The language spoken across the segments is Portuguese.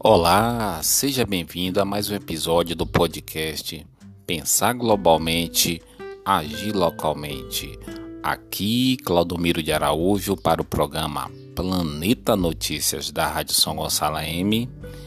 Olá, seja bem-vindo a mais um episódio do podcast Pensar Globalmente, Agir Localmente. Aqui, Claudomiro de Araújo para o programa Planeta Notícias da Rádio São Gonçalo AM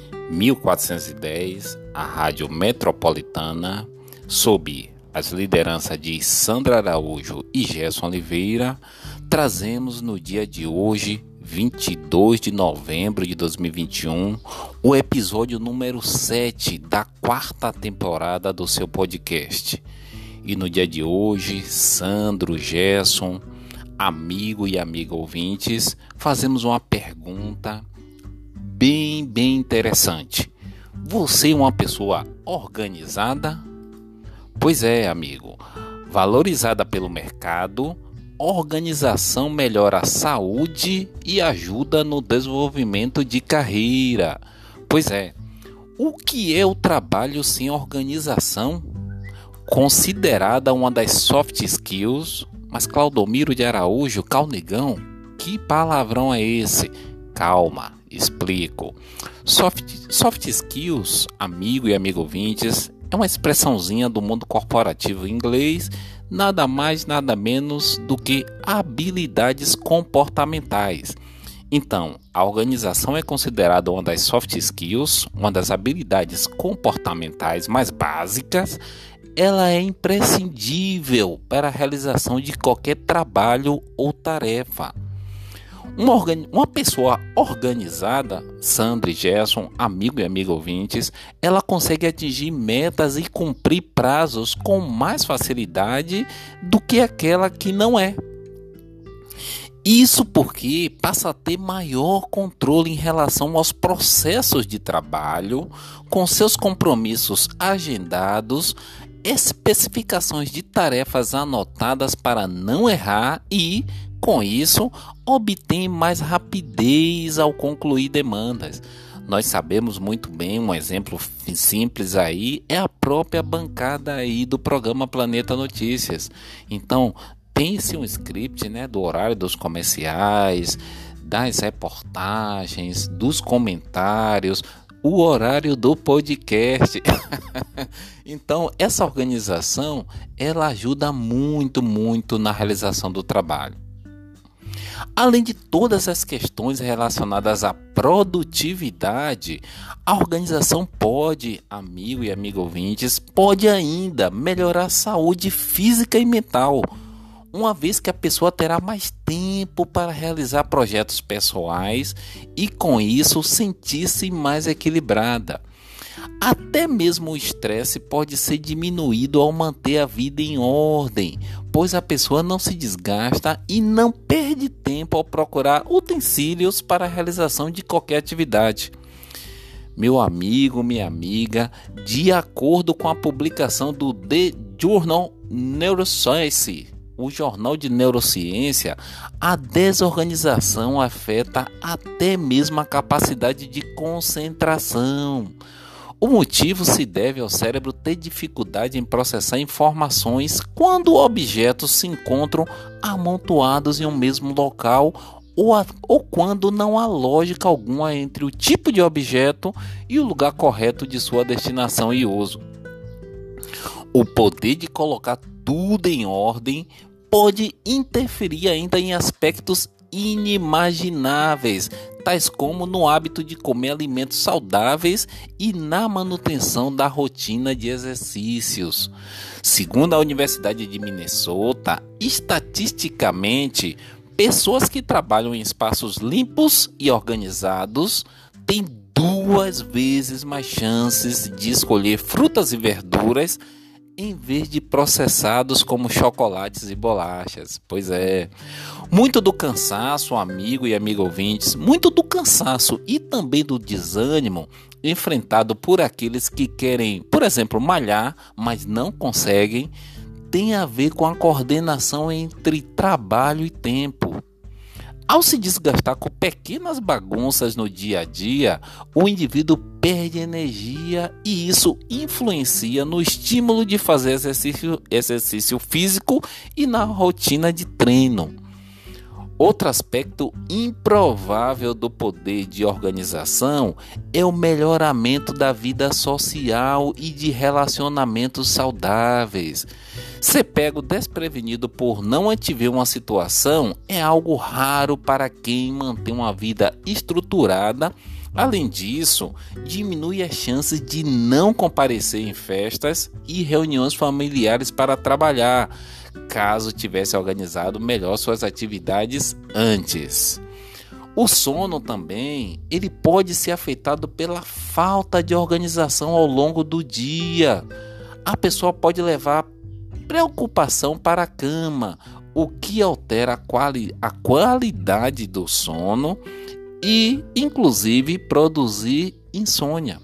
1410, a Rádio Metropolitana, sob as lideranças de Sandra Araújo e Gerson Oliveira. Trazemos no dia de hoje, 22 de novembro de 2021, o episódio número 7 da quarta temporada do seu podcast. E no dia de hoje, Sandro, Gerson, amigo e amiga ouvintes, fazemos uma pergunta bem interessante. Você é uma pessoa organizada? Pois é, amigo. Valorizada pelo mercado, organização melhora a saúde e ajuda no desenvolvimento de carreira. Pois é, o que é o trabalho sem organização? Considerada uma das soft skills, mas Claudomiro de Araújo, Calnegão, que palavrão é esse? Calma, explico. Soft skills, amigo e amigo ouvintes, é uma expressãozinha do mundo corporativo em inglês, nada mais, nada menos do que habilidades comportamentais. Então, a organização é considerada uma das soft skills, uma das habilidades comportamentais mais básicas. Ela é imprescindível para a realização de qualquer trabalho ou tarefa. Uma pessoa organizada, Sandra e Gerson, amigo e amiga ouvintes, ela consegue atingir metas e cumprir prazos com mais facilidade do que aquela que não é. Isso porque passa a ter maior controle em relação aos processos de trabalho, com seus compromissos agendados, especificações de tarefas anotadas para não errar e, com isso, obtém mais rapidez ao concluir demandas. Nós sabemos muito bem, um exemplo simples aí é a própria bancada aí do programa Planeta Notícias. Então, pense um script, do horário dos comerciais, das reportagens, dos comentários, o horário do podcast. Então, essa organização, ela ajuda muito na realização do trabalho. Além de todas as questões relacionadas à produtividade, a organização pode, amigo e amiga ouvintes, pode ainda melhorar a saúde física e mental, uma vez que a pessoa terá mais tempo para realizar projetos pessoais e, com isso, sentir-se mais equilibrada. Até mesmo o estresse pode ser diminuído ao manter a vida em ordem, pois a pessoa não se desgasta e não perde tempo ao procurar utensílios para a realização de qualquer atividade. Meu amigo, minha amiga, de acordo com a publicação do The Journal Neuroscience, o jornal de neurociência, a desorganização afeta até mesmo a capacidade de concentração. O motivo se deve ao cérebro ter dificuldade em processar informações quando objetos se encontram amontoados em um mesmo local ou quando não há lógica alguma entre o tipo de objeto e o lugar correto de sua destinação e uso. O poder de colocar tudo em ordem pode interferir ainda em aspectos inimagináveis, tais como no hábito de comer alimentos saudáveis e na manutenção da rotina de exercícios. Segundo a Universidade de Minnesota, estatisticamente, pessoas que trabalham em espaços limpos e organizados têm 2 vezes mais chances de escolher frutas e verduras em vez de processados como chocolates e bolachas. Pois é, muito do cansaço, amigo e amiga ouvintes, muito do cansaço e também do desânimo enfrentado por aqueles que querem, por exemplo, malhar, mas não conseguem, tem a ver com a coordenação entre trabalho e tempo. Ao se desgastar com pequenas bagunças no dia a dia, o indivíduo perde energia e isso influencia no estímulo de fazer exercício físico e na rotina de treino. Outro aspecto improvável do poder de organização é o melhoramento da vida social e de relacionamentos saudáveis. Ser pego desprevenido por não antever uma situação é algo raro para quem mantém uma vida estruturada. Além disso, diminui as chances de não comparecer em festas e reuniões familiares para trabalhar, caso tivesse organizado melhor suas atividades antes. O sono também, ele pode ser afetado pela falta de organização ao longo do dia. A pessoa pode levar preocupação para a cama, o que altera a qualidade do sono e, inclusive, produzir insônia.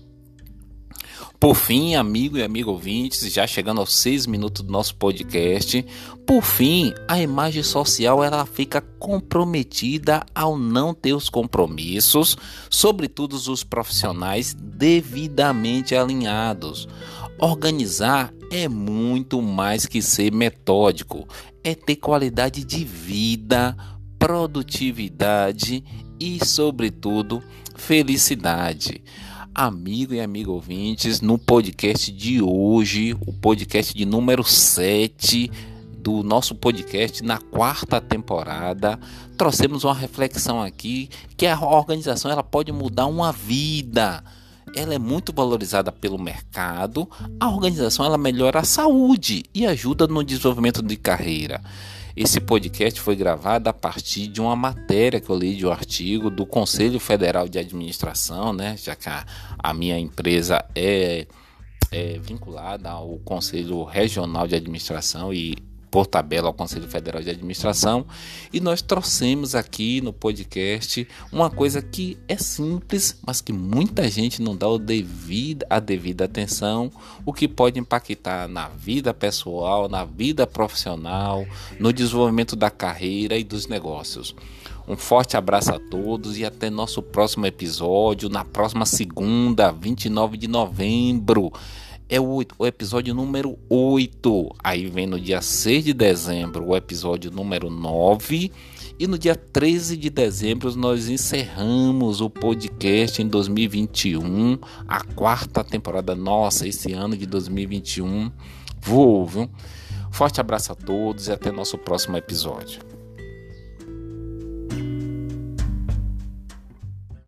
Por fim, amigo e amigo ouvintes, já chegando aos 6 minutos do nosso podcast, por fim, a imagem social ela fica comprometida ao não ter os compromissos, sobretudo os profissionais, devidamente alinhados. Organizar é muito mais que ser metódico, é ter qualidade de vida, produtividade e, sobretudo, felicidade. Amigo e amigo ouvintes, no podcast de hoje, o podcast de número 7 do nosso podcast na 4ª temporada, trouxemos uma reflexão aqui que a organização ela pode mudar uma vida. Ela é muito valorizada pelo mercado, a organização ela melhora a saúde e ajuda no desenvolvimento de carreira. Esse podcast foi gravado a partir de uma matéria que eu li de um artigo do Conselho Federal de Administração, né? Já que a minha empresa é vinculada ao Conselho Regional de Administração e, por tabela, ao Conselho Federal de Administração. E nós trouxemos aqui no podcast uma coisa que é simples, mas que muita gente não dá a devida atenção, o que pode impactar na vida pessoal, na vida profissional, no desenvolvimento da carreira e dos negócios. Um forte abraço a todos e até nosso próximo episódio, na próxima segunda, 29 de novembro. É o episódio número 8. Aí vem no dia 6 de dezembro o episódio número 9. E no dia 13 de dezembro nós encerramos o podcast em 2021. A 4ª temporada. Nossa, esse ano de 2021 voou, viu? Forte abraço a todos e até nosso próximo episódio.